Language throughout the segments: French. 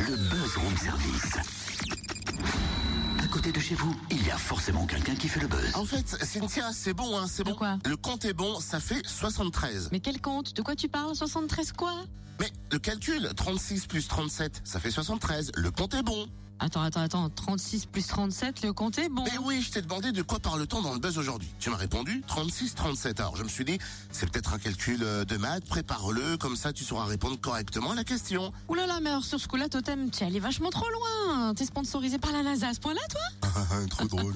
Le Buzz Room Service. À côté de chez vous, il y a forcément quelqu'un qui fait le buzz. En fait, Cynthia, c'est bon, hein, c'est De bon. quoi ? Le compte est bon, ça fait 73. Mais quel compte ? De quoi tu parles ? 73 quoi ? Mais le calcul, 36 plus 37, ça fait 73. Le compte est bon. Attends. 36 plus 37, le compte est bon. Mais oui, je t'ai demandé de quoi parle-t-on dans le buzz aujourd'hui. Tu m'as répondu 36-37. Alors je me suis dit, c'est peut-être un calcul de maths, prépare-le, comme ça tu sauras répondre correctement à la question. Ouh là là, mais alors sur ce coup-là, Totem, tu es allé vachement trop loin. T'es sponsorisé par la NASA à ce point-là, toi ? Trop drôle.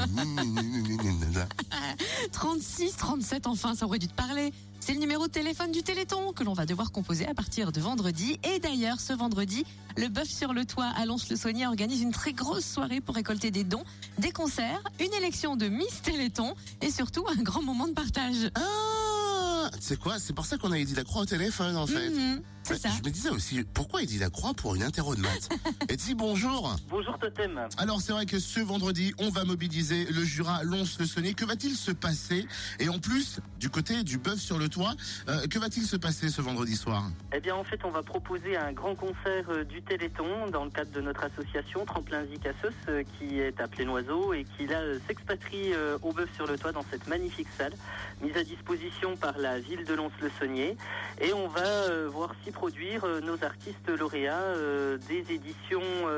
36, 37, enfin, ça aurait dû te parler. C'est le numéro de téléphone du Téléthon que l'on va devoir composer à partir de vendredi. Et d'ailleurs, ce vendredi, le Bœuf sur le Toit à Lons-le-Saunier organise une très grosse soirée pour récolter des dons, des concerts, une élection de Miss Téléthon et surtout un grand moment de partage. Ah, c'est quoi ? C'est pour ça qu'on a Eddy Lacroix au téléphone, en fait. C'est ça. Je me disais aussi, pourquoi Eddy Lacroix pour une interro de maths ? Eddy, bonjour. Bonjour Totem. Alors c'est vrai que ce vendredi, on va mobiliser le Jura Lons-le-Saunier. Que va-t-il se passer ? Et en plus, du côté du Bœuf sur le Toit, que va-t-il se passer ce vendredi soir ? Eh bien en fait on va proposer un grand concert du Téléthon dans le cadre de notre association Tremplin Zik Assos qui est à Plénoiseau et qui là s'expatrie au Bœuf sur le Toit dans cette magnifique salle mise à disposition par la ville de Lons-le-Saunier. Et on va voir si produire nos artistes lauréats des éditions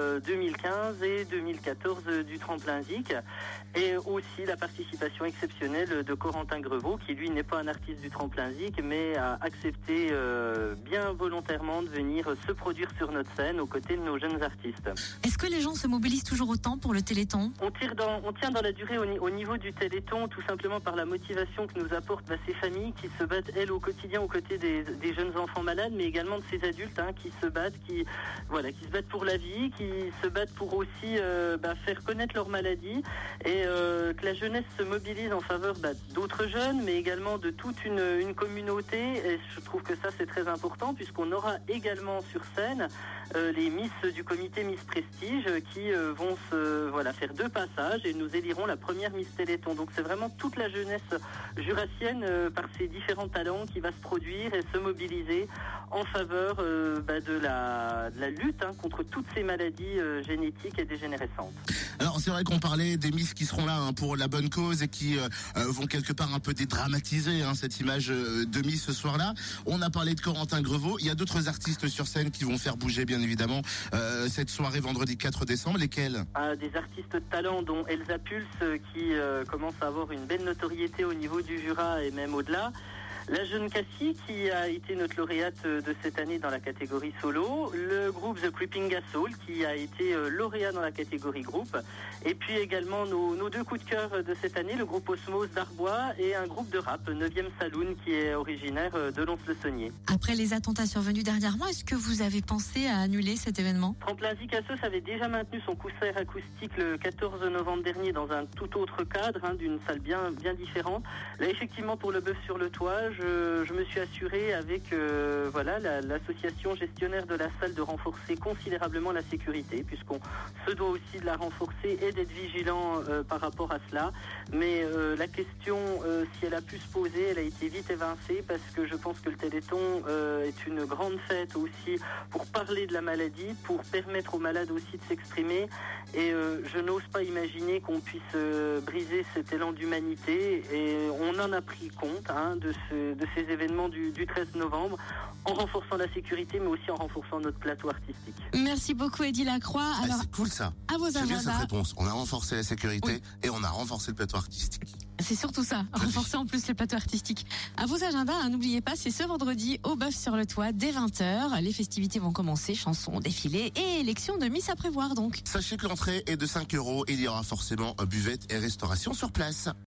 2015 et 2014 du Tremplin Zik et aussi la participation exceptionnelle de Corentin Grevaux qui lui n'est pas un artiste du Tremplin Zik mais a accepté bien volontairement de venir se produire sur notre scène aux côtés de nos jeunes artistes. Est-ce que les gens se mobilisent toujours autant pour le Téléthon ? On tient dans la durée au niveau du Téléthon tout simplement par la motivation que nous apportent ces familles qui se battent elles au quotidien aux côtés des jeunes enfants malades mais également de ces adultes qui se battent, qui se battent pour la vie, qui se battent pour aussi faire connaître leur maladie et que la jeunesse se mobilise en faveur d'autres jeunes, mais également de toute une communauté. Et je trouve que ça c'est très important puisqu'on aura également sur scène les Miss du comité Miss Prestige qui vont faire 2 passages et nous élirons la première Miss Téléthon. Donc c'est vraiment toute la jeunesse jurassienne par ses différents talents qui va se produire et se mobiliser en faveur de la lutte contre toutes ces maladies génétiques et dégénérescentes. Alors c'est vrai qu'on parlait des Miss qui seront là pour la bonne cause et qui vont quelque part un peu dédramatiser cette image de Miss ce soir-là. On a parlé de Corentin Grevaux. Il y a d'autres artistes sur scène qui vont faire bouger bien évidemment cette soirée vendredi 4 décembre. Lesquels ? Des artistes de talent dont Elsa Pulse qui commence à avoir une belle notoriété au niveau du Jura et même au-delà. La jeune Cassie qui a été notre lauréate de cette année dans la catégorie solo, le groupe The Creeping Soul qui a été lauréat dans la catégorie groupe, et puis également nos 2 coups de cœur de cette année, le groupe Osmose d'Arbois et un groupe de rap, 9e Saloon, qui est originaire de Lons-le-Saunier. Après les attentats survenus dernièrement, est-ce que vous avez pensé à annuler cet événement ? Tremplin Zik Assos avait déjà maintenu son concert acoustique le 14 novembre dernier dans un tout autre cadre, d'une salle bien différente. Là effectivement pour le Bœuf sur le Toit, je me suis assuré avec l'association gestionnaire de la salle de renforcer considérablement la sécurité puisqu'on se doit aussi de la renforcer et d'être vigilant par rapport à cela. Mais la question, si elle a pu se poser, elle a été vite évincée parce que je pense que le Téléthon est une grande fête aussi pour parler de la maladie, pour permettre aux malades aussi de s'exprimer et je n'ose pas imaginer qu'on puisse briser cet élan d'humanité et on en a pris compte de ces événements du 13 novembre en renforçant la sécurité mais aussi en renforçant notre plateau artistique. Merci beaucoup Eddy Lacroix. Alors, c'est cool ça. à vos C'est bien cette agendas. réponse. On a renforcé la sécurité et on a renforcé le plateau artistique. C'est surtout ça, renforcer en plus le plateau artistique. À vos agendas, n'oubliez pas, c'est ce vendredi au Bœuf sur le Toit dès 20h. Les festivités vont commencer, chansons, défilés et élections de Miss à prévoir donc. Sachez que l'entrée est de 5 €. Il y aura forcément buvette et restauration sur place.